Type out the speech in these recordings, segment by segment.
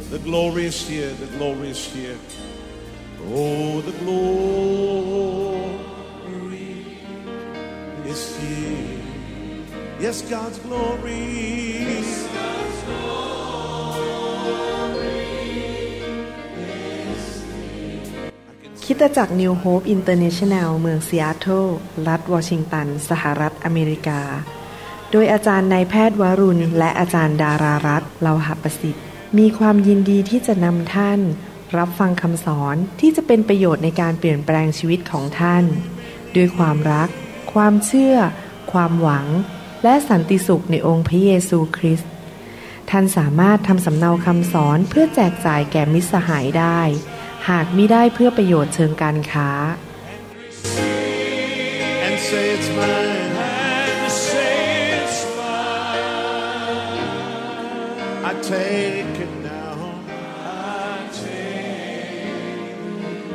The glory is here. The glory is here. Oh, the glory is here. Yes, God's glory. Yes, God's glory is here. คริสตจักร New Hope International เมืองซีแอตเทิลรัฐวอชิงตันสหรัฐอเมริกาโดยอาจารย์นายแพทย์วรุณและอาจารย์ดารารัตน์เลาหประสิทธิ์มีความยินดีที่จะนำท่านรับฟังคำสอนที่จะเป็นประโยชน์ในการเปลี่ยนแปลงชีวิตของท่านด้วยความรักความเชื่อความหวังและสันติสุขในองค์พระเยซูคริสต์ท่านสามารถทำสำเนาคำสอนเพื่อแจกจ่ายแก่มิตรสหายได้หากมิได้เพื่อประโยชน์เชิงการค้า And say it's mine. And say it's mine. I take it now. I take it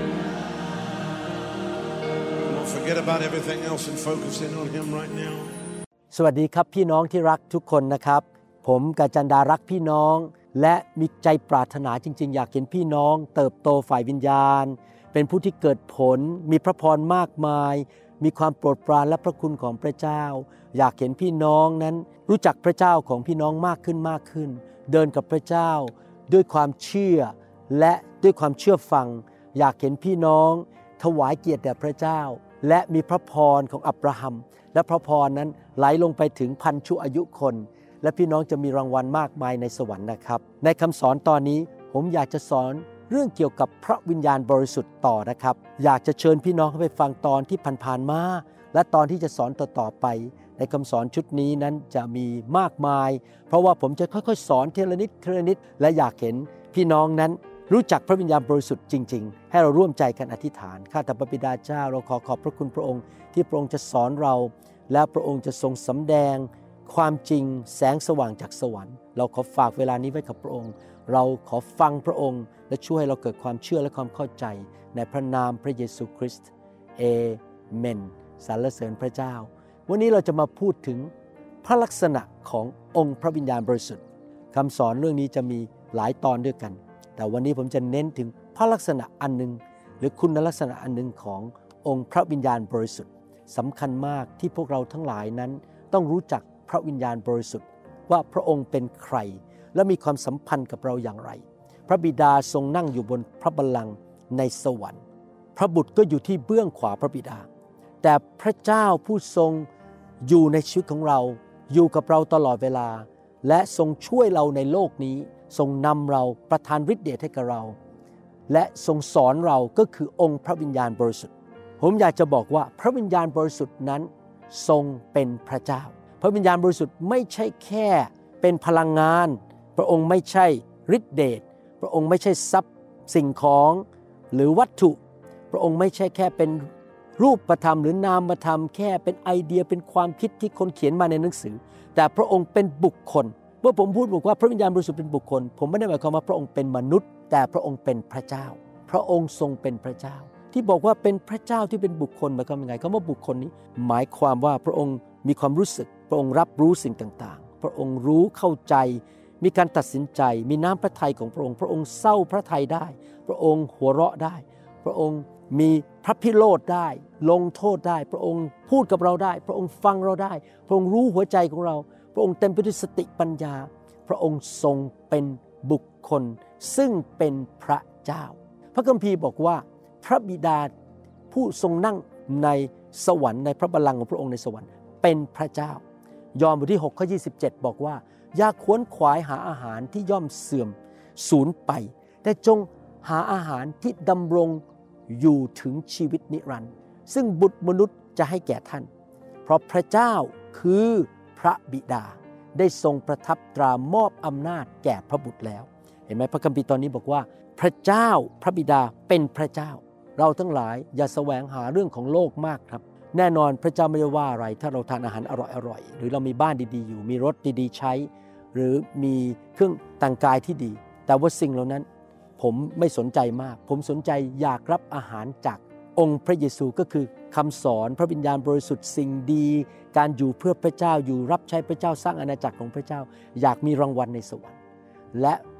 now. Don't forget about everything else and focus in on Him right now. สวัสดีครับพี่น้องที่รักทุกคนนะครับผมกาจันดารักพี่น้องและมีใจปรารถนาจริงๆอยากเห็นพี่น้องเติบโตฝ่ายวิญญาณเป็นผู้ที่เกิดผลมีพระพรมากมายมีความโปรดปรานและพระคุณของพระเจ้าอยากเห็นพี่น้องนั้นรู้จักพระเจ้าของพี่น้องมากขึ้นมากขึ้นเดินกับพระเจ้าด้วยความเชื่อและด้วยความเชื่อฟังอยากเห็นพี่น้องถวายเกียรติแด่พระเจ้าและมีพระพรของอับราฮัมและพระพรนั้นไหลลงไปถึงพันชั่วอายุคนและพี่น้องจะมีรางวัลมากมายในสวรรค์นะครับในคำสอนตอนนี้ผมอยากจะสอนเรื่องเกี่ยวกับพระวิญญาณบริสุทธิ์ต่อนะครับอยากจะเชิญพี่น้องเข้าไปฟังตอนที่ผ่านๆมาและตอนที่จะสอนต่อๆไปในคำสอนชุดนี้นั้นจะมีมากมายเพราะว่าผมจะค่อยๆสอนทีละนิดทีละนิดและอยากเห็นพี่น้องนั้นรู้จักพระวิญญาณบริสุทธิ์จริงๆให้เราร่วมใจกันอธิษฐานข้าแต่พระบิดาเจ้าเราขอบพระคุณพระองค์ที่พระองค์จะสอนเราและพระองค์จะทรงสำแดงความจริงแสงสว่างจากสวรรค์เราขอฝากเวลานี้ไว้กับพระองค์เราขอฟังพระองค์และช่วยให้เราเกิดความเชื่อและความเข้าใจในพระนามพระเยซูคริสต์เอเมนสรรเสริญพระเจ้าวันนี้เราจะมาพูดถึงพระลักษณะขององค์พระวิญญาณบริสุทธิ์คำสอนเรื่องนี้จะมีหลายตอนด้วยกันแต่วันนี้ผมจะเน้นถึงพระลักษณะอันนึงหรือคุณลักษณะอันนึงขององค์พระวิญญาณบริสุทธิ์สำคัญมากที่พวกเราทั้งหลายนั้นต้องรู้จักพระวิญญาณบริสุทธิ์ว่าพระองค์เป็นใครและมีความสัมพันธ์กับเราอย่างไรพระบิดาทรงนั่งอยู่บนพระบัลลังก์ในสวรรค์พระบุตรก็อยู่ที่เบื้องขวาพระบิดาแต่พระเจ้าผู้ทรงอยู่ในชีวิตของเราอยู่กับเราตลอดเวลาและทรงช่วยเราในโลกนี้ทรงนำเราประทานฤทธิ์เดชให้กับเราและทรงสอนเราก็คือองค์พระวิญญาณบริสุทธิ์ผมอยากจะบอกว่าพระวิญญาณบริสุทธิ์นั้นทรงเป็นพระเจ้าพระวิญญาณบริสุทธิ์ไม่ใช่แค่เป็นพลังงานพระองค์ไม่ใช่ฤทธิ์เดชพระองค์ไม่ใช่ทรัพย์สิ่งของหรือวัตถุพระองค์ไม่ใช่แค่เป็นรูปธรรมหรือนามธรรมแค่เป็นไอเดียเป็นความคิดที่คนเขียนมาในหนังสือแต่พระองค์เป็นบุคคลเมื่อผมพูดบอกว่าพระวิญญาณบริสุทธิ์เป็นบุคคลผมไม่ได้หมายความว่าพระองค์เป็นมนุษย์แต่พระองค์เป็นพระเจ้าพระองค์ทรงเป็นพระเจ้าที่บอกว่าเป็นพระเจ้าที่เป็นบุคคลหมายความยังไงคำว่าบุคคลนี้หมายความว่าพระองค์มีความรู้สึกพระองค์รับรู้สิ่งต่างๆพระองค์รู้เข้าใจมีการตัดสินใจมีน้ำพระทัยของพระองค์พระองค์เศร้าพระทัยได้พระองค์หัวเราะได้พระองค์มีพระพิโรธได้ลงโทษได้พระองค์พูดกับเราได้พระองค์ฟังเราได้พระองค์รู้หัวใจของเราพระองค์เต็มไปด้วยสติปัญญาพระองค์ทรงเป็นบุคคลซึ่งเป็นพระเจ้าพระคัมภีร์บอกว่าพระบิดาผู้ทรงนั่งในสวรรค์ในพระบัลลังก์ของพระองค์ในสวรรค์เป็นพระเจ้ายอห์นบทที่6ข้อ27บอกว่าอย่าขวนขวายหาอาหารที่ย่อมเสื่อมสูญไปแต่จงหาอาหารที่ดำรงอยู่ถึงชีวิตนิรันดร์ซึ่งบุตรมนุษย์จะให้แก่ท่านเพราะพระเจ้าคือพระบิดาได้ทรงประทับตรามอบอำนาจแก่พระบุตรแล้วเห็นไหมพระคัมภีร์ตอนนี้บอกว่าพระเจ้าพระบิดาเป็นพระเจ้าเราทั้งหลายอย่าแสวงหาเรื่องของโลกมากครับแน่นอนพระเจ้าไม่ได้ว่าอะไรถ้าเราทานอาหารอร่อยๆหรือเรามีบ้านดีๆอยู่มีรถดีๆใช้หรือมีเครื่องแต่งกายที่ดีแต่ว่าสิ่งเหล่านั้นผมไม่สนใจมากผมสนใจอยากรับอาหารจากองค์พระเยซูก็คือคำสอนพระวิญญาณบริสุทธิ์สิ่งดีการอยู่เพื่อพระเจ้าอยู่รับใช้พระเจ้าสร้างอาณาจักรของพระเจ้าอยากมีรางวัลในสวรรค์และ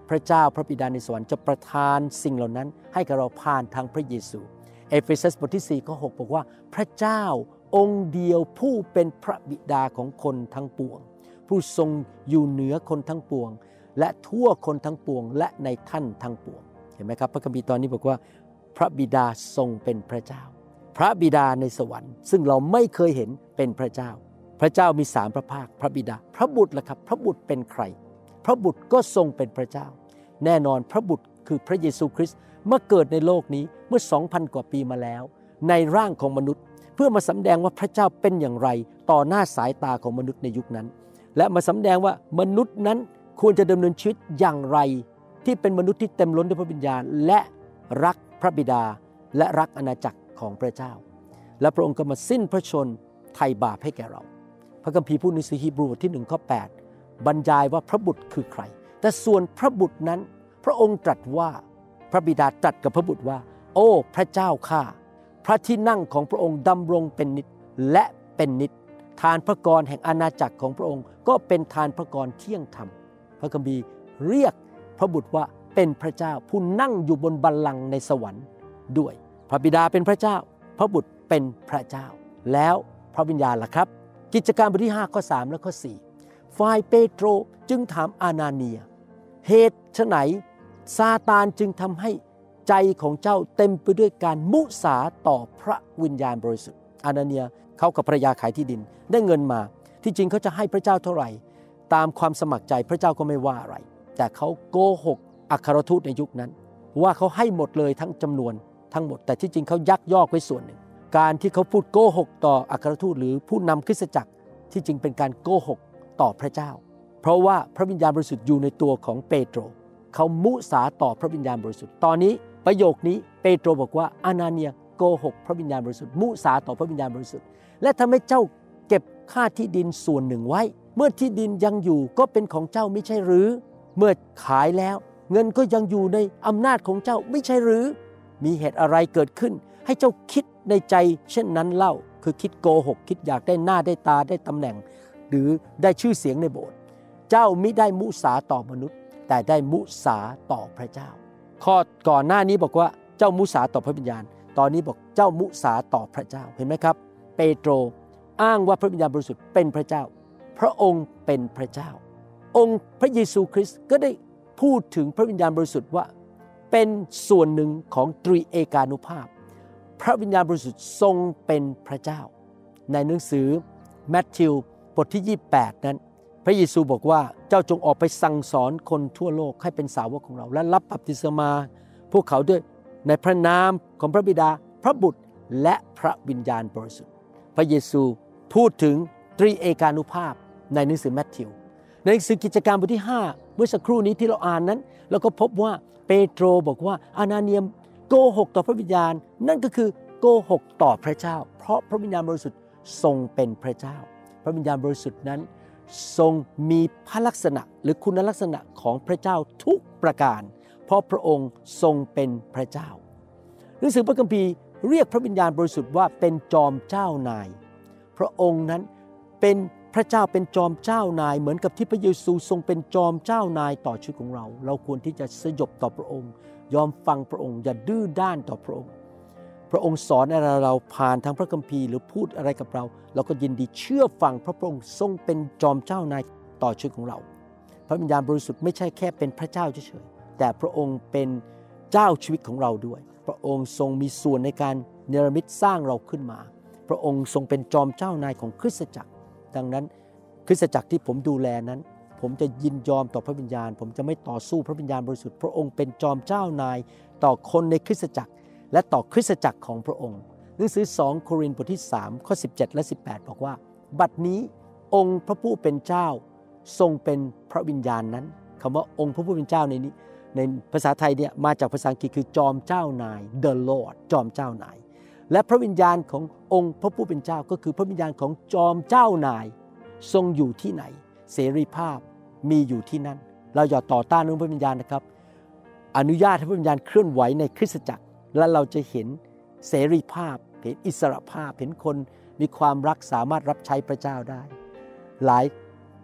พระเจ้าพระบิดาในสวรรค์จะประทานสิ่งเหล่านั้นให้กับเราผ่านทางพระเยซูเอเฟซัสบทที่4ข้อ6บอกว่าพระเจ้าองค์เดียวผู้เป็นพระบิดาของคนทั้งปวงผู้ทรงอยู่เหนือคนทั้งปวงและทั่วคนทั้งปวงและในท่านทั้งปวงเห็นไหมครับพระคัมภีร์ตอนนี้บอกว่าพระบิดาทรงเป็นพระเจ้าพระบิดาในสวรรค์ซึ่งเราไม่เคยเห็นเป็นพระเจ้าพระเจ้ามี3พระภาคพระบิดาพระบุตรล่ะครับพระบุตรเป็นใครพระบุตรก็ทรงเป็นพระเจ้าแน่นอนพระบุตรคือพระเยซูคริสต์เมื่อเกิดในโลกนี้เมื่อ 2,000 กว่าปีมาแล้วในร่างของมนุษย์เพื่อมาสำแดงว่าพระเจ้าเป็นอย่างไรต่อหน้าสายตาของมนุษย์ในยุคนั้นและมาสำแดงว่ามนุษย์นั้นควรจะดำเนินชีวิตอย่างไรที่เป็นมนุษย์ที่เต็มล้นด้วยพระวิญญาณและรักพระบิดาและรักอาณาจักรของพระเจ้าและพระองค์ก็มาสิ้นพระชนไถ่บาปให้แก่เราพระคัมภีร์พูดในหนังสือฮีบรูบทที่1ข้อ8บรรยายว่าพระบุตรคือใครแต่ส่วนพระบุตรนั้นพระองค์ตรัสว่าพระบิดาตรัสกับพระบุตรว่าโอ้พระเจ้าข้าพระที่นั่งของพระองค์ดำรงเป็นนิจและเป็นนิจทานพระกรแห่งอาณาจักรของพระองค์ก็เป็นทานพระกรเที่ยงธรรมพระคัมภีร์เรียกพระบุตรว่าเป็นพระเจ้าผู้นั่งอยู่บนบัลลังก์ในสวรรค์ด้วยพระบิดาเป็นพระเจ้าพระบุตรเป็นพระเจ้าแล้วพระวิญญาณล่ะครับกิจการบทที่5ข้อ3และข้อ4ฝ่ายเปโตรจึงถามอานาเนียเหตุไฉนซาตานจึงทำให้ใจของเจ้าเต็มไปด้วยการมุสาต่อพระวิญญาณบริสุทธิ์อานาเนียเขากับภรรยาขายที่ดินได้เงินมาที่จริงเขาจะให้พระเจ้าเท่าไหร่ตามความสมัครใจพระเจ้าก็ไม่ว่าอะไรแต่เขาโกหกอัครทูตในยุคนั้นว่าเขาให้หมดเลยทั้งจำนวนทั้งหมดแต่ที่จริงเขายักยอกไว้ส่วนหนึ่งการที่เขาพูดโกหกต่ออัครทูตหรือผู้นำคริสตจักรที่จริงเป็นการโกหกต่อพระเจ้าเพราะว่าพระวิญญาณบริสุทธิ์อยู่ในตัวของเปโตรเขามุสาต่อพระวิญญาณบริสุทธิ์ตอนนี้ประโยคนี้เปโตรบอกว่าอานาเนียโกหกพระวิญญาณบริสุทธิ์มุสาต่อพระวิญญาณบริสุทธิ์และทำให้เจ้าเก็บค่าที่ดินส่วนหนึ่งไว้เมื่อที่ดินยังอยู่ก็เป็นของเจ้าไม่ใช่หรือเมื่อขายแล้วเงินก็ยังอยู่ในอำนาจของเจ้าไม่ใช่หรือมีเหตุอะไรเกิดขึ้นให้เจ้าคิดในใจเช่นนั้นเล่าคือคิดโกหกคิดอยากได้หน้าได้ตาได้ตำแหน่งหรือได้ชื่อเสียงในโบสถ์เจ้ามิได้มุสาต่อมนุษย์แต่ได้มุสาต่อพระเจ้าข้อก่อนหน้านี้บอกว่าเจ้ามุสาต่อพระวิญญาณตอนนี้บอกเจ้ามุสาต่อพระเจ้าเห็นไหมครับเปโตรอ้างว่าพระวิญญาณบริสุทธิ์เป็นพระเจ้าพระองค์เป็นพระเจ้าองค์พระเยซูคริสต์ก็ได้พูดถึงพระวิญญาณบริสุทธิ์ว่าเป็นส่วนหนึ่งของตรีเอกานุภาพพระวิญญาณบริสุทธิ์ทรงเป็นพระเจ้าในหนังสือมัทธิวบทที่28นั้นพระเยซูบอกว่าเจ้าจงออกไปสั่งสอนคนทั่วโลกให้เป็นสาวกของเราและรับบัพติศมาพวกเขาด้วยในพระนามของพระบิดาพระบุตรและพระวิญญาณบริสุทธิ์พระเยซูพูดถึงตรีเอกานุภาพในหนังสือมัทธิวในหนังสือกิจการบทที่5เมื่อสักครู่นี้ที่เราอ่านนั้นเราก็พบว่าเปโตรบอกว่าอานาเนียโกหกต่อพระวิญญาณนั่นก็คือโกหกต่อพระเจ้าเพราะพระวิญญาณบริสุทธิ์ทรงเป็นพระเจ้าพระวิญญาณบริสุทธิ์นั้นทรงมีพระลักษณะหรือคุณลักษณะของพระเจ้าทุกประการเพราะพระองค์ทรงเป็นพระเจ้าหนังสือพระคัมภีร์เรียกพระวิญญาณบริสุทธิ์ว่าเป็นจอมเจ้านายพระองค์นั้นเป็นพระเจ้าเป็นจอมเจ้านายเหมือนกับที่พระเยซูทรงเป็นจอมเจ้านายต่อชีวิตของเราเราควรที่จะสยบต่อพระองค์ยอมฟังพระองค์อย่าดื้อด้านต่อพระองค์พระองค์สอนอะไรเราผ่านทางพระคัมภีร์หรือพูดอะไรกับเราเราก็ยินดีเชื่อฟังเพราะพระองค์ทรงเป็นจอมเจ้านายต่อชีวิตของเราพระวิญญาณบริสุทธิ์ไม่ใช่แค่เป็นพระเจ้าเฉยๆแต่พระองค์เป็นเจ้าชีวิตของเราด้วยพระองค์ทรงมีส่วนในการเนรมิตสร้างเราขึ้นมาพระองค์ทรงเป็นจอมเจ้านายของคริสตจักรดังนั้นคริสตจักรที่ผมดูแลนั้นผมจะยินยอมต่อพระวิญญาณผมจะไม่ต่อสู้พระวิญญาณบริสุทธิ์พระองค์เป็นจอมเจ้านายต่อคนในคริสตจักรและต่อคริสตจักรของพระองค์หนังสือ2โครินธ์บทที่3ข้อ17และ18บอกว่าบัดนี้องค์พระผู้เป็นเจ้าทรงเป็นพระวิญญาณนั้นคำว่าองค์พระผู้เป็นเจ้าในนี้ในภาษาไทยเนี่ยมาจากภาษาอังกฤษคือจอมเจ้านาย The Lord จอมเจ้านายและพระวิญญาณขององค์พระผู้เป็นเจ้าก็คือพระวิญญาณของจอมเจ้านายทรงอยู่ที่ไหนเสรีภาพมีอยู่ที่นั่นเราอย่าต่อต้านเรื่องพระวิญญาณนะครับอนุญาตให้พระวิญญาณเคลื่อนไหวในคริสตจักรและเราจะเห็นเสรีภาพเห็นอิสรภาพเห็นคนมีความรักสามารถรับใช้พระเจ้าได้หลาย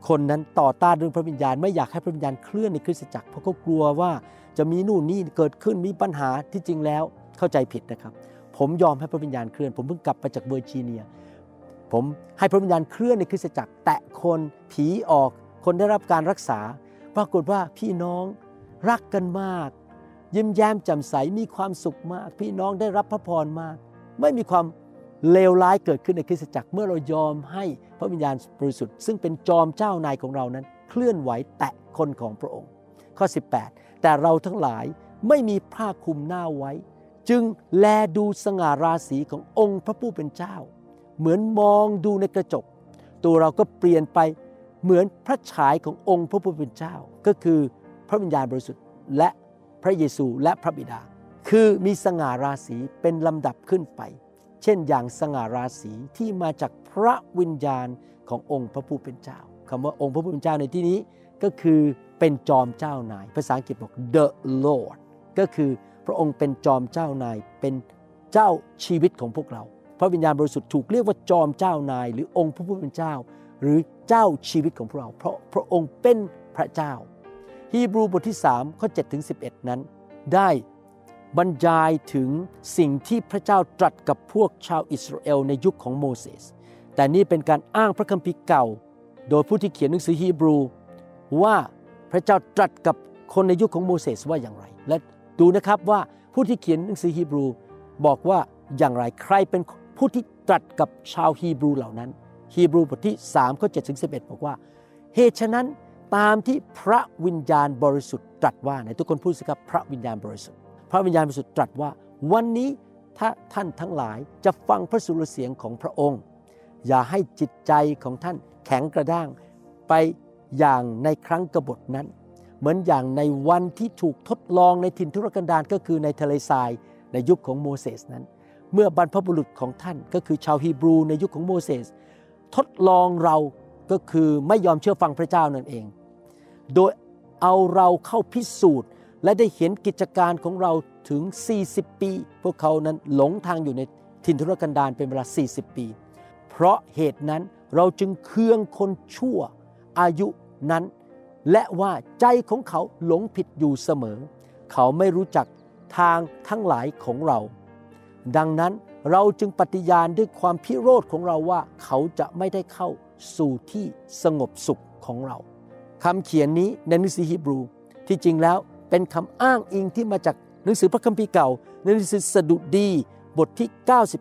คนนั้นต่อต้านเรื่องพระวิญญาณไม่อยากให้พระวิญญาณเคลื่อนในคริสตจักรเพราะเขากลัวว่าจะมีนู่นนี่เกิดขึ้นมีปัญหาที่จริงแล้วเข้าใจผิดนะครับผมยอมให้พระวิญญาณเคลื่อนผมเพิ่งกลับมาจากเวอร์จิเนียผมให้พระวิญญาณเคลื่อนในคริสตจักรแตะคนผีออกคนได้รับการรักษาปรากฏว่าพี่น้องรักกันมากยิ้มแย้มแจ่มใสมีความสุขมากพี่น้องได้รับพระพรมากไม่มีความเลวร้ายเกิดขึ้นในคริสตจักรเมื่อเรายอมให้พระวิญญาณบริสุทธิ์ซึ่งเป็นจอมเจ้านายของเรานั้นเคลื่อนไหวแตะคนของพระองค์ข้อ18แต่เราทั้งหลายไม่มีผ้าคลุมหน้าไว้จึงแลดูสง่าราศีขององค์พระผู้เป็นเจ้าเหมือนมองดูในกระจกตัวเราก็เปลี่ยนไปเหมือนพระฉายขององค์พระผู้เป็นเจ้าก็คือพระวิญญาณบริสุทธิ์และพระเยซูและพระบิดาคือมีสง่าราศีเป็นลำดับขึ้นไปเช่นอย่างสง่าราศีที่มาจากพระวิญญาณขององค์พระผู้เป็นเจ้าคำว่าองค์พระผู้เป็นเจ้าในที่นี้ก็คือเป็นจอมเจ้านายภาษาอังกฤษบอก The Lord ก็คือพระองค์เป็นจอมเจ้านายเป็นเจ้าชีวิตของพวกเราพระวิญญาณบริสุทธิ์ถูกเรียกว่าจอมเจ้านายหรือองค์พระผู้เป็นเจ้าหรือเจ้าชีวิตของพวกเราเพราะพระองค์เป็นพระเจ้าฮีบรูบทที่3ข้อ7ถึง11นั้นได้บรรยายถึงสิ่งที่พระเจ้าตรัสกับพวกชาวอิสราเอลในยุคของโมเสสแต่นี่เป็นการอ้างพระคัมภีร์เก่าโดยผู้ที่เขียนหนังสือฮีบรูว่าพระเจ้าตรัสกับคนในยุคของโมเสสว่าอย่างไรและดูนะครับว่าผู้ที่เขียนหนังสือฮีบรูบอกว่าอย่างไรใครเป็นผู้ที่ตรัสกับชาวฮีบรูเหล่านั้นฮีบรูบทที่3ข้อ7ถึง11บอกว่าเหตุฉะนั้นตามที่พระวิญญาณบริสุทธิ์ตรัสว่าทุกคนพูดสิครับพระวิญญาณบริสุทธิ์พระวิญญาณบริสุทธิ์ตรัสว่าวันนี้ถ้าท่านทั้งหลายจะฟังพระสุรเสียงของพระองค์อย่าให้จิตใจของท่านแข็งกระด้างไปอย่างในครั้งกบฏนั้นเหมือนอย่างในวันที่ถูกทดลองในถิ่นทุรกันดารก็คือในทะเลทรายในยุคของโมเสสนั้นเมื่อบรรพบุรุษของท่านก็คือชาวฮีบรูในยุคของโมเสสทดลองเราก็คือไม่ยอมเชื่อฟังพระเจ้านั่นเองโดยเอาเราเข้าพิสูจน์และได้เห็นกิจการของเราถึง40ปีพวกเขานั้นหลงทางอยู่ในถิ่นทุรกันดารเป็นเวลา40ปีเพราะเหตุนั้นเราจึงเคืองคนชั่วอายุนั้นและว่าใจของเขาหลงผิดอยู่เสมอเขาไม่รู้จักทางทั้งหลายของเราดังนั้นเราจึงปฏิญาณด้วยความพิโรธของเราว่าเขาจะไม่ได้เข้าสู่ที่สงบสุขของเราคำเขียนนี้ในหนังสือฮีบรูที่จริงแล้วเป็นคำอ้างอิงที่มาจากหนังสือพระคัมภีร์เก่าในหนังสือสดุดีบทที่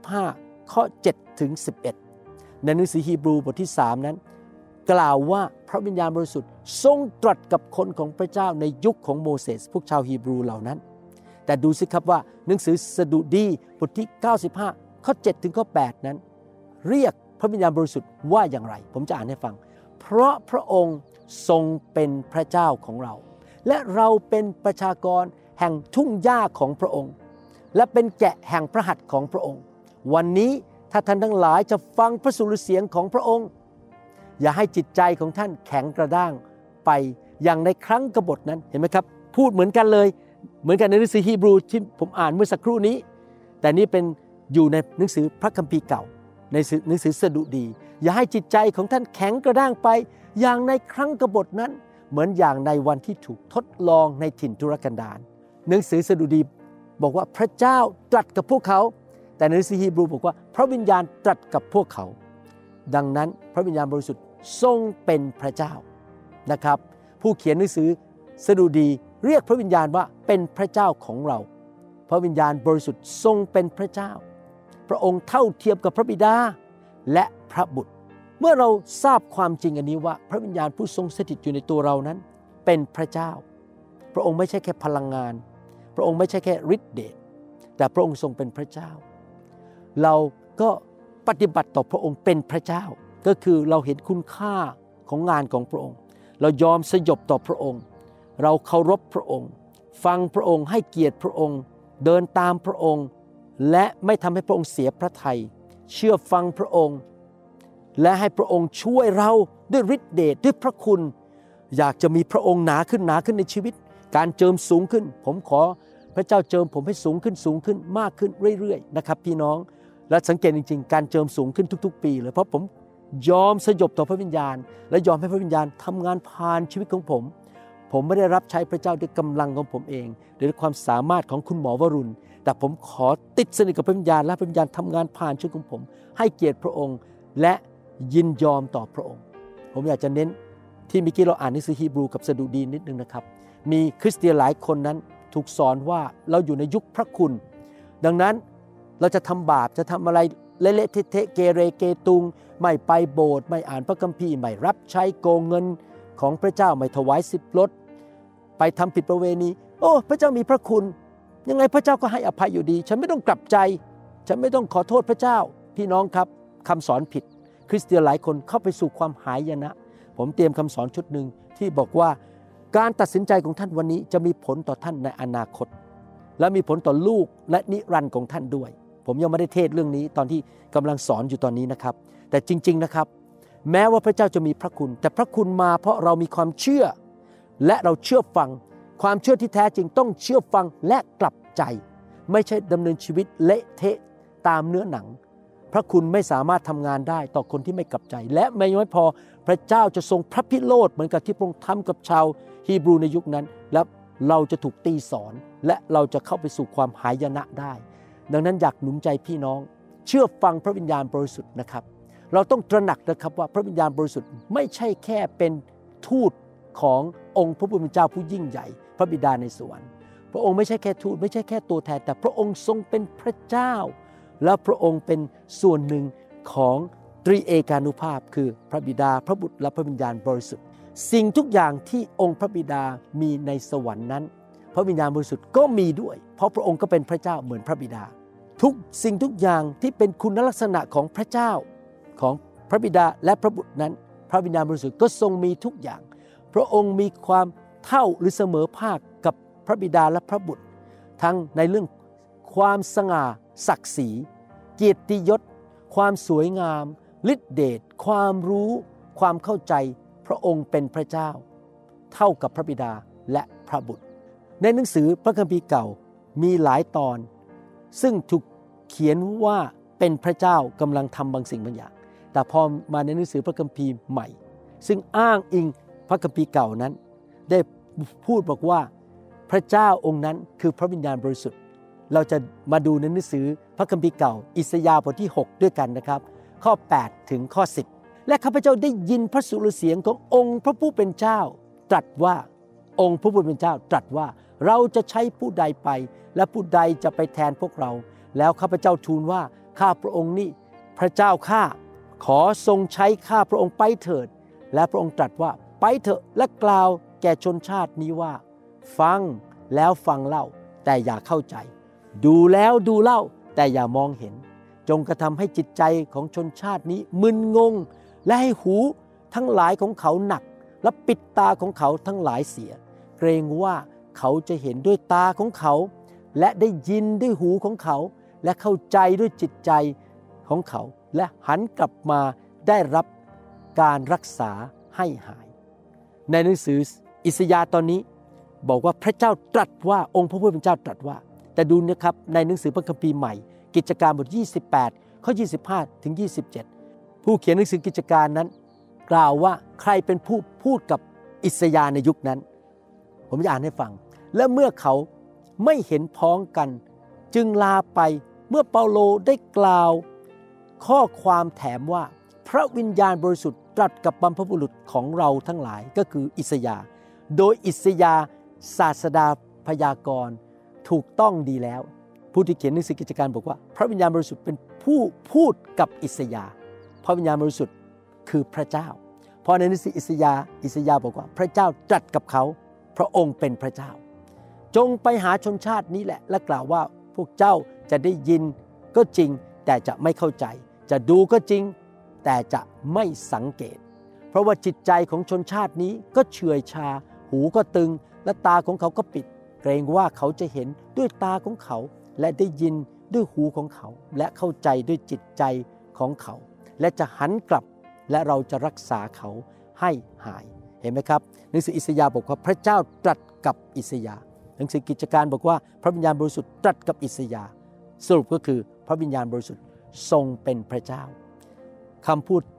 95ข้อ7ถึง11ในหนังสือฮีบรูบทที่3นั้นกล่าวว่าพระวิญญาณบริสุทธิ์ทรงตรัสกับคนของพระเจ้าในยุคของโมเสสพวกชาวฮีบรูเหล่านั้นแต่ดูสิครับว่าหนังสือสดุดีบทที่95ข้อ7ถึงข้อ8นั้นเรียกพระวิญญาณบริสุทธิ์ว่าอย่างไรผมจะอ่านให้ฟังเพราะพระองค์ทรงเป็นพระเจ้าของเราและเราเป็นประชากรแห่งทุ่งหญ้าของพระองค์และเป็นแกะแห่งพระหัตถ์ของพระองค์วันนี้ถ้าท่านทั้งหลายจะฟังพระสุรเสียงของพระองค์อย่าให้จิตใจของท่านแข็งกระด้างไปอย่างในครั้งกบฏนั้นเห็นไหมครับพูดเหมือนกันเลยเหมือนกันในหนังสือฮีบรูที่ผมอ่านเมื่อสักครู่นี้แต่นี่เป็นอยู่ในหนังสือพระคัมภีร์เก่าในหนังสือสดุดีอย่าให้จิตใจของท่านแข็งกระด้างไปอย่างในครั้งกบฏนั้นเหมือนอย่างในวันที่ถูกทดลองในถิ่นทุรกันดารหนังสือสดุดีบอกว่าพระเจ้าตรัสกับพวกเขาแต่ในหนังสือฮีบรูบอกว่าพระวิญญาณตรัสกับพวกเขาดังนั้นพระวิญญาณบริสุทธิ์ทรงเป็นพระเจ้านะครับผู้เขียนหนังสือสดุดีเรียกพระวิญญาณว่าเป็นพระเจ้าของเราพระวิญญาณบริสุทธิ์ทรงเป็นพระเจ้าพระองค์เท่าเทียมกับพระบิดาและพระบุตรเมื่อเราทราบความจริงอันนี้ว่าพระวิญญาณผู้ทรงสถิตอยู่ในตัวเรานั้นเป็นพระเจ้าพระองค์ไม่ใช่แค่พลังงานพระองค์ไม่ใช่แค่ฤทธิ์เดชแต่พระองค์ทรงเป็นพระเจ้าเราก็ปฏิบัติต่อพระองค์เป็นพระเจ้าก็คือเราเห็นคุณค่าของงานของพระองค์เรายอมสยบต่อพระองค์เราเคารพพระองค์ฟังพระองค์ให้เกียรติพระองค์เดินตามพระองค์และไม่ทำให้พระองค์เสียพระทัยเชื่อฟังพระองค์และให้พระองค์ช่วยเราด้วยฤทธิ์เดชด้วยพระคุณอยากจะมีพระองค์หนาขึ้นในชีวิตการเจิมสูงขึ้นผมขอพระเจ้าเจิมผมให้สูงขึ้นมากขึ้นเรื่อยๆนะครับพี่น้องและสังเกตจริงๆการเจิมสูงขึ้นทุกๆปีเลยเพราะผมยอมสยบต่อพระวิญญาณและยอมให้พระวิญญาณทำงานผ่านชีวิตของผมไม่ได้รับใช้พระเจ้าด้วยกำลังของผมเองหรือด้วยความสามารถของคุณหมอวรุณแต่ผมขอติดสนิทกับพระวิญญาณและพระวิญญาณทำงานผ่านชีวิตของผมให้เกียรติพระองค์และยินยอมต่อพระองค์ผมอยากจะเน้นที่เมื่อกี้เราอ่านหนังสือฮีบรูกับสดุดีนิดนึงนะครับมีคริสเตียนหลายคนนั้นถูกสอนว่าเราอยู่ในยุคพระคุณดังนั้นเราจะทำบาปจะทำอะไรเละๆเทะๆเกเรเกตุงไม่ไปโบสถ์ไม่อ่านพระคัมภีร์ไม่รับใช้โกงเงินของพระเจ้าไม่ถวาย10 ลดไปทำผิดประเวณีโอ้พระเจ้ามีพระคุณยังไงพระเจ้าก็ให้อภัยอยู่ดีฉันไม่ต้องกลับใจฉันไม่ต้องขอโทษพระเจ้าพี่น้องครับคำสอนผิดคริสเตียนหลายคนเข้าไปสู่ความหายนะผมเตรียมคำสอนชุดหนึ่งที่บอกว่าการตัดสินใจของท่านวันนี้จะมีผลต่อท่านในอนาคตและมีผลต่อลูกและนิรันดร์ของท่านด้วยผมยังไม่ได้เทศเรื่องนี้ตอนที่กำลังสอนอยู่ตอนนี้นะครับแต่จริงๆนะครับแม้ว่าพระเจ้าจะมีพระคุณแต่พระคุณมาเพราะเรามีความเชื่อและเราเชื่อฟังความเชื่อที่แท้จริงต้องเชื่อฟังและกลับใจไม่ใช่ดำเนินชีวิตเละเทะตามเนื้อหนังพระคุณไม่สามารถทำงานได้ต่อคนที่ไม่กลับใจและไม่พอพระเจ้าจะทรงพระพิโรธเหมือนกับที่พระองค์ทำกับชาวฮีบรูในยุคนั้นและเราจะถูกตีสอนและเราจะเข้าไปสู่ความหายนะได้ดังนั้นอยากหนุนใจพี่น้องเชื่อฟังพระวิญญาณบริสุทธิ์นะครับเราต้องตระหนักนะครับว่าพระวิญญาณบริสุทธิ์ไม่ใช่แค่เป็นทูตขององค์พระผู้เป็นเจ้าผู้ยิ่งใหญ่พระบิดาในสวรรค์พระองค์ไม่ใช่แค่ทูตไม่ใช่แค่ตัวแทนแต่พระองค์ทรงเป็นพระเจ้าและพระองค์เป็นส่วนหนึ่งของตรีเอกานุภาพคือพระบิดาพระบุตรและพระวิญญาณบริสุทธิ์สิ่งทุกอย่างที่องค์พระบิดามีในสวรรค์นั้นพระวิญญาณบริสุทธิ์ก็มีด้วยเพราะพระองค์ก็เป็นพระเจ้าเหมือนพระบิดาทุกสิ่งทุกอย่างที่เป็นคุณลักษณะของพระเจ้าของพระบิดาและพระบุตรนั้นพระวิญญาณบริสุทธิ์ก็ทรงมีทุกอย่างพระองค์มีความเท่าหรือเสมอภาคกับพระบิดาและพระบุตรทั้งในเรื่องความสง่าศักดิ์ศรีเกียรติยศความสวยงามฤทธิเดชความรู้ความเข้าใจพระองค์เป็นพระเจ้าเท่ากับพระบิดาและพระบุตรในหนังสือพระคัมภีร์เก่ามีหลายตอนซึ่งถูกเขียนว่าเป็นพระเจ้ากำลังทำบางสิ่งบางอย่างแต่พอมาในหนังสือพระคัมภีร์ใหม่ซึ่งอ้างอิงพระคัมภีร์เก่านั้นได้พูดบอกว่าพระเจ้าองค์นั้นคือพระวิญญาณบริสุทธิ์เราจะมาดูในหนังสือพระคัมภีร์เก่าอิสยาห์บทที่6ด้วยกันนะครับข้อ8ถึงข้อ10และข้าพเจ้าได้ยินพระสุรเสียงขององค์พระผู้เป็นเจ้าตรัสว่าองค์พระผู้เป็นเจ้าตรัสว่าเราจะใช้ผู้ใดไปและผู้ใดจะไปแทนพวกเราแล้วข้าพเจ้าทูลว่าข้าพระองค์นี่พระเจ้าข้าขอทรงใช้ข้าพระองค์ไปเถิดและพระองค์ตรัสว่าไปเถอะและกล่าวแก่ชนชาตินี้ว่าฟังแล้วฟังเล่าแต่อย่าเข้าใจดูแล้วดูเล่าแต่อย่ามองเห็นจงกระทำให้จิตใจของชนชาตินี้มึนงงและให้หูทั้งหลายของเขาหนักและปิดตาของเขาทั้งหลายเสียเกรงว่าเขาจะเห็นด้วยตาของเขาและได้ยินด้วยหูของเขาและเข้าใจด้วยจิตใจของเขาและหันกลับมาได้รับการรักษาให้หายในหนังสืออิสยาห์ตอนนี้บอกว่าพระเจ้าตรัสว่าองค์พระผู้เป็นเจ้าตรัสว่าแต่ดูนะครับในหนังสือพระคัมภีร์ใหม่กิจการบท28ข้อ25ถึง27ผู้เขียนหนังสือกิจการนั้นกล่าวว่าใครเป็นผู้พูดกับอิสยาห์ในยุคนั้นผมจะอ่านให้ฟังและเมื่อเขาไม่เห็นพ้องกันจึงลาไปเมื่อเปาโลได้กล่าวข้อความแถมว่าพระวิญญาณบริสุทธิ์ตรัสกับบรรพบุรุษของเราทั้งหลายก็คืออิสยาห์โดยอิสยาห์ศาสดาพยากรณ์ถูกต้องดีแล้วผู้ที่เขียนหนังสือกิจการบอกว่าพระวิญญาณบริสุทธิ์เป็นผู้พูดกับอิสยาห์พระวิญญาณบริสุทธิ์คือพระเจ้าพอในหนังสืออิสยาห์บอกว่าพระเจ้าตรัสกับเขาพระองค์เป็นพระเจ้าจงไปหาชนชาตินี้แหละและกล่าวว่าพวกเจ้าจะได้ยินก็จริงแต่จะไม่เข้าใจจะดูก็จริงแต่จะไม่สังเกตเพราะว่าจิตใจของชนชาตินี้ก็เฉื่อยชาหูก็ตึงและตาของเขาก็ปิดเกรงว่าเขาจะเห็นด้วยตาของเขาและได้ยินด้วยหูของเขาและเข้าใจด้วยจิตใจของเขาและจะหันกลับและเราจะรักษาเขาให้หายเห็นไหมครับหนังสืออิสยาห์บอกว่าพระเจ้าตรัสกับอิสยาห์หนังสือกิจการบอกว่าพระวิญญาณบริสุทธิ์ตรัสกับอิสยาห์สรุปก็คือพระวิญญาณบริสุทธิ์ทรงเป็นพระเจ้าคำพูด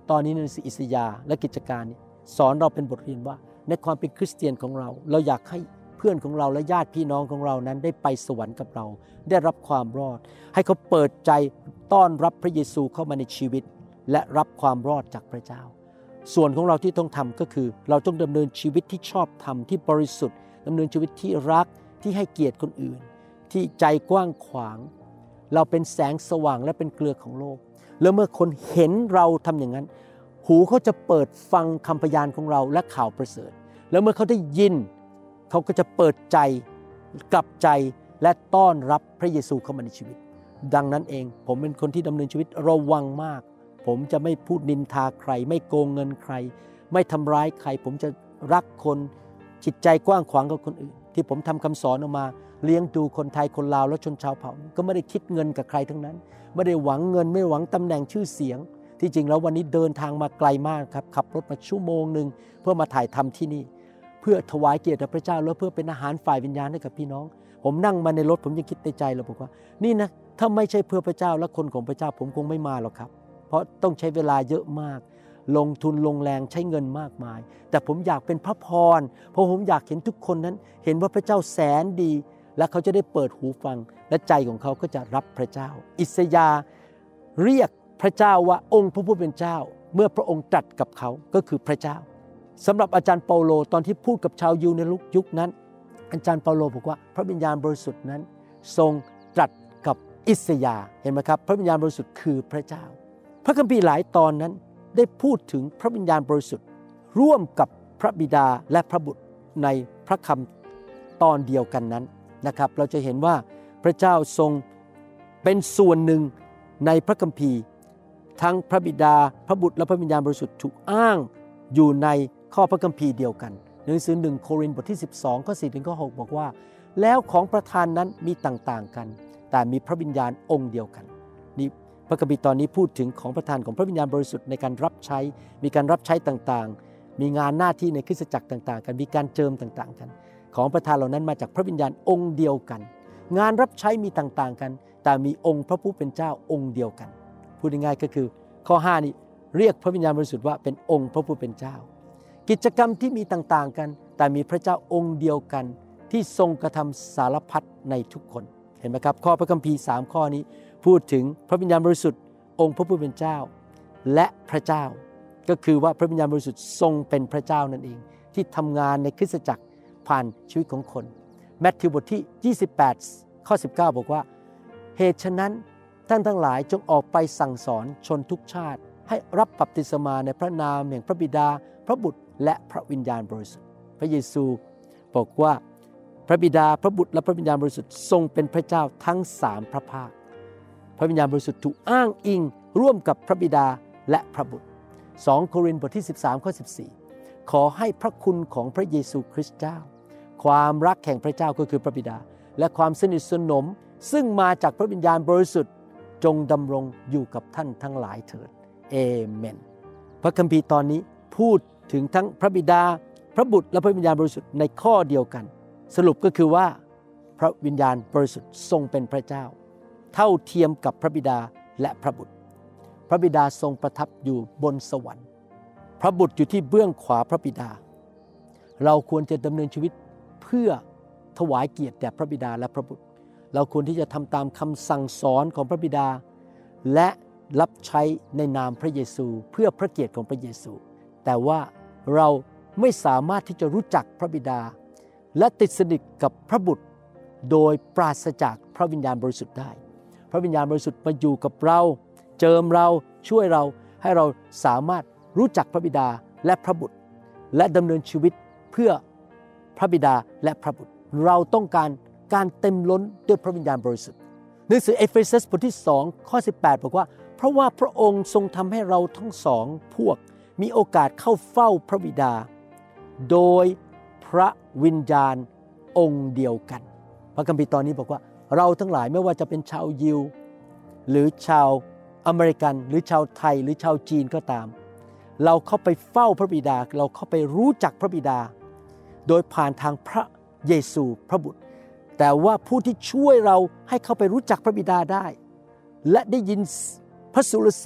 ตอนนี้ในหนังสืออิสยาห์และกิจการนี่สอนเราเป็นบทเรียนว่าในความเป็นคริสเตียนของเราอยากให้เพื่อนของเราและญาติพี่น้องของเรานั้นได้ไปสวรรค์กับเราได้รับความรอดให้เขาเปิดใจต้อนรับพระเยซูเข้ามาในชีวิตและรับความรอดจากพระเจ้าส่วนของเราที่ต้องทำก็คือเราต้องดำเนินชีวิตที่ชอบธรรมที่บริสุทธิ์ดำเนินชีวิตที่รักที่ให้เกียรติคนอื่นที่ใจกว้างขวางเราเป็นแสงสว่างและเป็นเกลือของโลกแล้วเมื่อคนเห็นเราทำอย่างนั้นหูเขาจะเปิดฟังคำพยานของเราและข่าวประเสริฐแล้วเมื่อเขาได้ยินเขาก็จะเปิดใจกลับใจและต้อนรับพระเยซูเข้ามาในชีวิตดังนั้นเองผมเป็นคนที่ดำเนินชีวิตระวังมากผมจะไม่พูดนินทาใครไม่โกงเงินใครไม่ทำร้ายใครผมจะรักคนจิตใจกว้างขวางกับคนอื่นที่ผมทำคำสอนออกมาเลี้ยงดูคนไทยคนลาวและชนชาวเผ่าก็ไม่ได้คิดเงินกับใครทั้งนั้นไม่ได้หวังเงินไม่หวังตำแหน่งชื่อเสียงที่จริงแล้ววันนี้เดินทางมาไกลมากครับขับรถมาชั่วโมงนึงเพื่อมาถ่ายทำที่นี่เพื่อถวายเกียรติแด่พระเจ้าและเพื่อเป็นอาหารฝ่ายวิญญาณให้กับพี่น้องผมนั่งมาในรถผมยังคิดในใจเลยบอกว่านี่นะถ้าไม่ใช่เพื่อพระเจ้าและคนของพระเจ้าผมคงไม่มาหรอกครับเพราะต้องใช้เวลาเยอะมากลงทุนลงแรงใช้เงินมากมายแต่ผมอยากเป็นพระพรเพราะผมอยากเห็นทุกคนนั้นเห็นว่าพระเจ้าแสนดีและเขาจะได้เปิดหูฟังและใจของเขาก็จะรับพระเจ้าอิสยาห์เรียกพระเจ้าว่าองค์พระผู้เป็นเจ้าเมื่อพระองค์ตรัสกับเขาก็คือพระเจ้าสำหรับอาจารย์เปาโลตอนที่พูดกับชาวยิวในยุคนั้นอาจารย์เปาโลบอกว่าพระวิญญาณบริสุทธิ์นั้นทรงตรัสกับอิสยาห์เห็นไหมครับพระวิญญาณบริสุทธิ์คือพระเจ้าพระคัมภีร์หลายตอนนั้นได้พูดถึงพระวิญญาณบริสุทธิ์ร่วมกับพระบิดาและพระบุตรในพระคำตอนเดียวกันนั้นนะครับเราจะเห็นว่าพระเจ้าทรงเป็นส่วนหนึ่งในพระคัมภีร์ทั้งพระบิดาพระบุตรและพระวิญญาณบริสุทธิ์ถูกอ้างอยู่ในข้อพระคัมภีร์เดียวกันหนังสือ1โครินธ์บทที่12ข้อ4ถึงข้อ6บอกว่าแล้วของประทานนั้นมีต่างๆกันแต่มีพระวิญญาณองค์เดียวกันนี่พระคัมภีร์ตอนนี้พูดถึงของประทานของพระวิญญาณบริสุทธิ์ในการรับใช้มีการรับใช้ต่างๆมีงานหน้าที่ในคริสตจักรต่างๆกันมีการเจิมต่างๆกันของประทานเหล่านั้นมาจากพระวิญญาณองค์เดียวกันงานรับใช้มีต่างๆกันแต่มีองค์พระผู้เป็นเจ้าองค์เดียวกันพูดง่ายๆก็คือข้อ5นี้เรียกพระวิญญาณบริสุทธิ์ว่าเป็นองค์พระผู้เป็นเจ้ากิจกรรมที่มีต่างๆกันแต่มีพระเจ้าองค์เดียวกันที่ทรงกระทำสารพัดในทุกคนเห็นไหมครับข้อพระคัมภีร์3ข้อนี้พูดถึงพระวิญญาณบริสุทธิ์องค์พระผู้เป็นเจ้าและพระเจ้าก็คือว่าพระวิญญาณบริสุทธิ์ทรงเป็นพระเจ้านั่นเองที่ทำงานในคริสตจักรผ่านชีวิตของคนแมทธิวบทที่28ข้อ19บอกว่าเหตุฉะนั้นท่านทั้งหลายจงออกไปสั่งสอนชนทุกชาติให้รับบัพติศมาในพระนามแห่งพระบิดาพระบุตรและพระวิญญาณบริสุทธิ์พระเยซูบอกว่าพระบิดาพระบุตรและพระวิญญาณบริสุทธิ์ทรงเป็นพระเจ้าทั้ง3พระภาคพระวิญญาณบริสุทธิ์ถูกอ้างอิงร่วมกับพระบิดาและพระบุตร2โครินธ์บทที่13ข้อ14ขอให้พระคุณของพระเยซูคริสต์เจ้าความรักแห่งพระเจ้าก็คือพระบิดาและความสนิทสนมซึ่งมาจากพระวิญญาณบริสุทธิ์จงดำรงอยู่กับท่านทั้งหลายเถิดเอเมนพระคัมภีร์ตอนนี้พูดถึงทั้งพระบิดาพระบุตรและพระวิญญาณบริสุทธิ์ในข้อเดียวกันสรุปก็คือว่าพระวิญญาณบริสุทธิ์ทรงเป็นพระเจ้าเท่าเทียมกับพระบิดาและพระบุตรพระบิดาทรงประทับอยู่บนสวรรค์พระบุตรอยู่ที่เบื้องขวาพระบิดาเราควรจะดำเนินชีวิตเพื่อถวายเกียรติแด่พระบิดาและพระบุตรเราควรที่จะทำตามคำสั่งสอนของพระบิดาและรับใช้ในนามพระเยซูเพื่อพระเกียรติของพระเยซูแต่ว่าเราไม่สามารถที่จะรู้จักพระบิดาและติดสนิทกับพระบุตรโดยปราศจากพระวิญญาณบริสุทธิ์ได้พระวิญญาณบริสุทธิ์มาอยู่กับเราเจิมเราช่วยเราให้เราสามารถรู้จักพระบิดาและพระบุตรและดำเนินชีวิตเพื่อพระบิดาและพระบุตรเราต้องการเต็มล้นด้วยพระวิญญาณบริสุทธิ์หนังสือเอเฟซัสบทที่2ข้อ18บอกว่าเพราะว่าพระองค์ทรงทำให้เราทั้งสองพวกมีโอกาสเข้าเฝ้าพระบิดาโดยพระวิญญาณองค์เดียวกันพระคัมภีร์ตอนนี้บอกว่าเราทั้งหลายไม่ว่าจะเป็นชาวยิวหรือชาวอเมริกันหรือชาวไทยหรือชาวจีนก็ตามเราเข้าไปเฝ้าพระบิดาเราเข้าไปรู้จักพระบิดาโดยผ่านทางพระเยซูพระบุตรแต่ว่าผู้ที่ช่วยเราให้เข้าไปรู้จักพระบิดาได้และได้ยินพระสุรเสียง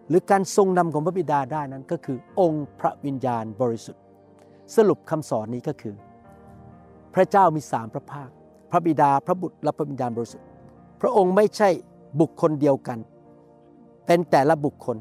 หรือการทรงนำของพระบิดาได้นั้นก็คือองค์พระวิญญาณบริสุทธิ์สรุปคำสอนนี้ก็คือพระเจ้ามี3พระภาคพระบิดาพระบุตรและพระวิญญาณบริสุทธิ์พระองค์ไม่ใช่บุคคลเดียวกันเป็นแต่ละบุคคล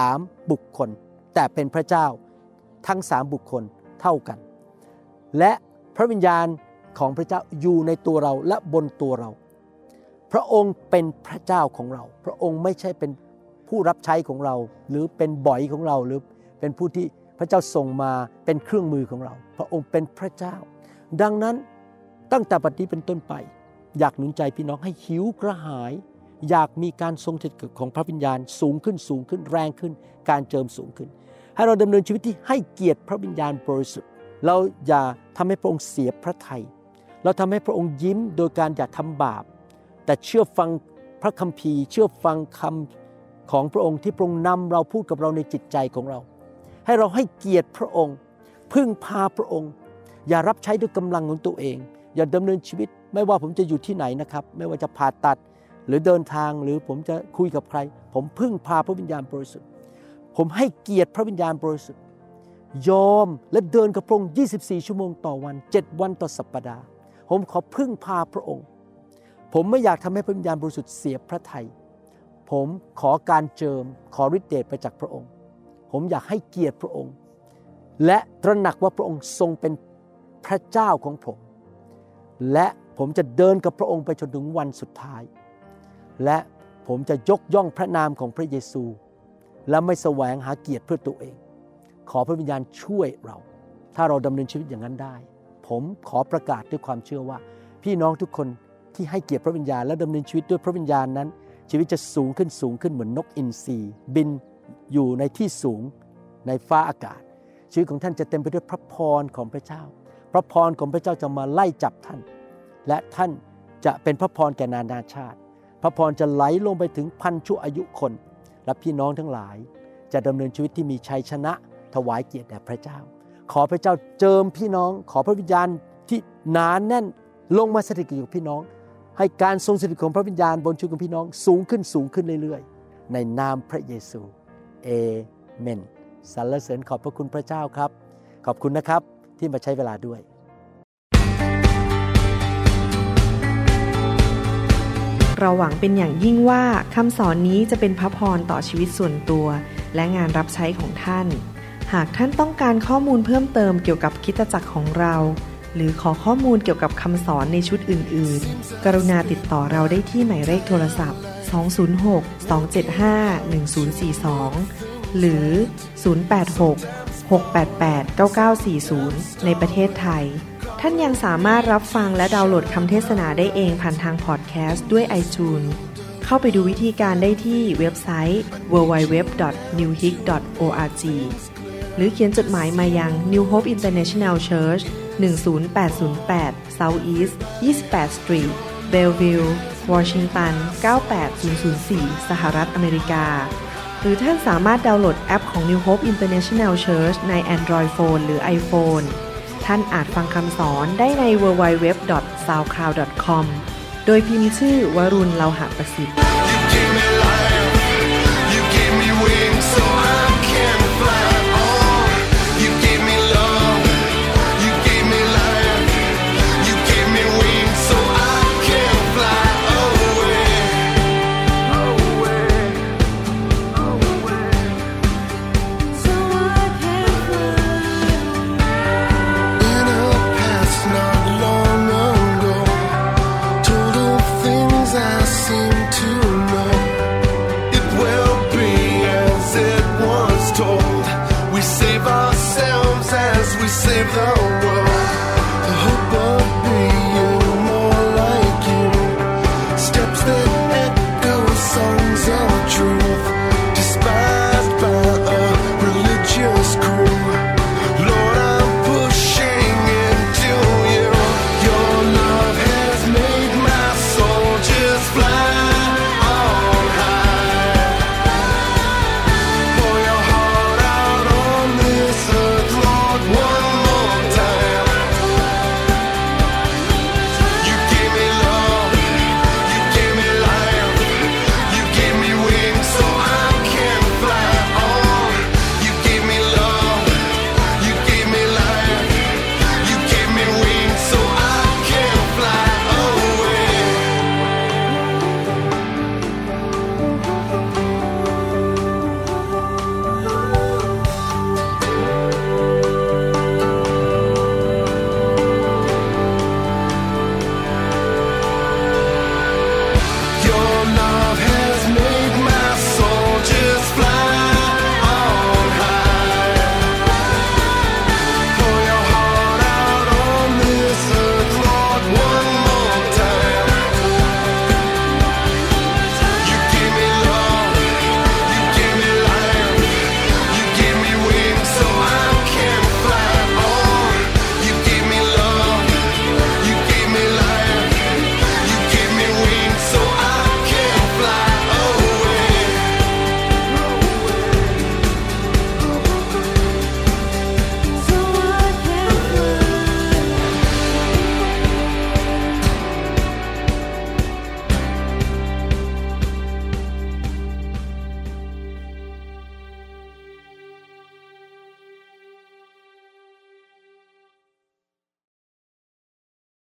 3บุคคลแต่เป็นพระเจ้าทั้ง3บุคคลเท่ากันและพระวิญญาณของพระเจ้าอยู่ในตัวเราและบนตัวเราพระองค์เป็นพระเจ้าของเราพระองค์ไม่ใช่เป็นผู้รับใช้ของเราหรือเป็นบ่อยของเราหรือเป็นผู้ที่พระเจ้าส่งมาเป็นเครื่องมือของเราพระองค์เป็นพระเจ้าดังนั้นตั้งแต่บัดนี้เป็นต้นไปอยากหนุนใจพี่น้องให้หิวกระหายอยากมีการทรงสถิตของพระวิญญาณสูงขึ้นแรงขึ้นการเจิมสูงขึ้นให้เราดำเนินชีวิตที่ให้เกียรติพระวิญญาณบริสุทธิ์เราอย่าทำให้พระองค์เสียพระทัยเราทำให้พระองค์ยิ้มโดยการอย่าทำบาปแต่เชื่อฟังพระคัมภีร์เชื่อฟังคำของพระองค์ที่พระองค์นำเราพูดกับเราในจิตใจของเราให้เราให้เกียรติพระองค์พึ่งพาพระองค์อย่ารับใช้ด้วยกำลังของตัวเองอย่าดำเนินชีวิตไม่ว่าผมจะอยู่ที่ไหนนะครับไม่ว่าจะผ่าตัดหรือเดินทางหรือผมจะคุยกับใครผมพึ่งพาพระวิญญาณบริสุทธิ์ผมให้เกียรติพระวิญญาณบริสุทธิ์ยอมและเดินกับพระองค์24ชั่วโมงต่อวัน7วันต่อสัปดาห์ผมขอพึ่งพาพระองค์ผมไม่อยากทำให้พระวิญญาณบริสุทธิ์เสียพระทัยผมขอการเจิมขอฤทธิ์เดชไปจากพระองค์ผมอยากให้เกียรติพระองค์และตระหนักว่าพระองค์ทรงเป็นพระเจ้าของผมและผมจะเดินกับพระองค์ไปจนถึงวันสุดท้ายและผมจะยกย่องพระนามของพระเยซูและไม่แสวงหาเกียรติเพื่อตัวเองขอพระวิญญาณช่วยเราถ้าเราดำเนินชีวิตอย่างนั้นได้ผมขอประกาศด้วยความเชื่อว่าพี่น้องทุกคนที่ให้เกียรติพระวิญญาณและดำเนินชีวิตด้วยพระวิญญาณนั้นชีวิตจะสูงขึ้นเหมือนนกอินทรีบินอยู่ในที่สูงในฟ้าอากาศชีวิตของท่านจะเต็มไปด้วยพระพรของพระเจ้าพระพรของพระเจ้าจะมาไล่จับท่านและท่านจะเป็นพระพรแก่นานาชาติพระพรจะไหลลงไปถึงพันชั่วอายุคนและพี่น้องทั้งหลายจะดำเนินชีวิตที่มีชัยชนะถวายเกียรติแด่พระเจ้าขอพระเจ้าเจิมพี่น้องขอพระวิญญาณที่หนาแน่นลงมาสถิตอยู่กับพี่น้องให้การทรงสถิตของพระวิญญาณบนชีวิตของพี่น้องสูงขึ้นเรื่อยๆในนามพระเยซูเอเมนสรรเสริญขอบพระคุณพระเจ้าครับขอบคุณนะครับที่มาใช้เวลาด้วยเราหวังเป็นอย่างยิ่งว่าคำสอนนี้จะเป็นพระพรต่อชีวิตส่วนตัวและงานรับใช้ของท่านหากท่านต้องการข้อมูลเพิ่มเติมเกี่ยวกับคริสตจักรของเราหรือขอข้อมูลเกี่ยวกับคำสอนในชุดอื่นๆกรุณาติดต่อเราได้ที่หมายเลขโทรศัพท์206-275-1042หรือ086-688-9940ในประเทศไทยท่านยังสามารถรับฟังและดาวน์โหลดคำเทศนาได้เองผ่านทางพอดแคสต์ด้วย iTunes เข้าไปดูวิธีการได้ที่เว็บไซต์ www.newhope.org หรือเขียนจดหมายมายัง New Hope International Church 10808 South East 28 Street Bellevue Washington 98004 สหรัฐอเมริกาหรือท่านสามารถดาวน์โหลดแอปของ New Hope International Church ใน Android Phone หรือ iPhone ท่านอาจฟังคำสอนได้ใน www.soundcloud.com โดยพิมพ์ชื่อวรุณ เลาหะประสิทธิ์